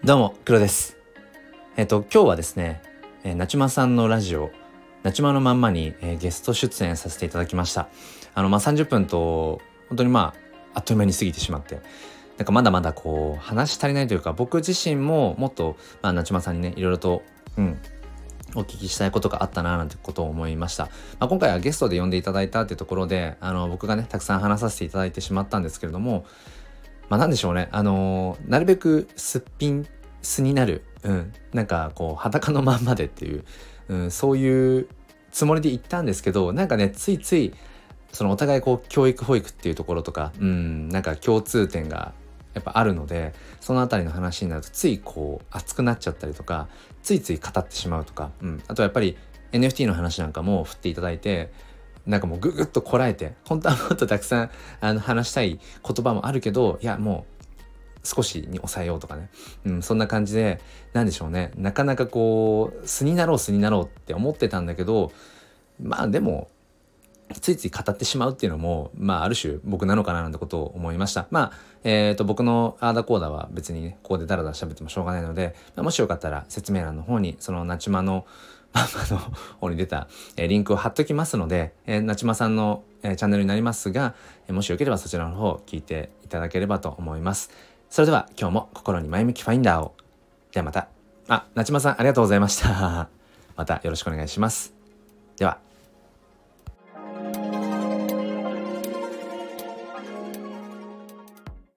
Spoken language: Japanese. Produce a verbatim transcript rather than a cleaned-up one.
どうも黒です。えっと今日はですね、えー、なちまさんのラジオなちまのまんまに、えーゲスト出演させていただきました。あのまあさんじゅっぷんと本当にまああっという間に過ぎてしまって、なんかまだまだこう話し足りないというか、僕自身ももっと、まあ、なちまさんにねいろいろとうんお聞きしたいことがあったななんてことを思いました。まあ、今回はゲストで呼んでいただいたっていうところで、あの僕がねたくさん話させていただいてしまったんですけれども、まあなんでしょうね、あのーなるべくすっぴん素になる、うん、なんかこう裸のまんまでっていう、うん、そういうつもりで言ったんですけど、なんかねついついそのお互いこう教育保育っていうところとか、うん、なんか共通点がやっぱあるので、そのあたりの話になるとついこう熱くなっちゃったりとか、ついつい語ってしまうとか、うん、あとやっぱり エヌエフティー の話なんかも振っていただいて、なんかもうぐぐっとこらえて、本当はもっとたくさんあの話したい言葉もあるけど、いやもう少しに抑えようとかね、うん、そんな感じで、なんでしょうね、なかなかこう素になろう素になろうって思ってたんだけど、まあでもついつい語ってしまうっていうのも、まあある種僕なのかななんてことを思いました。まあえっと僕のアーダコーダは別にねここでダラダラ喋ってもしょうがないので、まあ、もしよかったら説明欄の方にそのなちまのママの方に出た、えーリンクを貼っときますので、えーなちまさんの、えーチャンネルになりますが、えーもしよければそちらの方聞いていただければと思います。それでは今日も心に前向きファインダーを。ではまた。あ、なちまさんありがとうございました。またよろしくお願いします。では。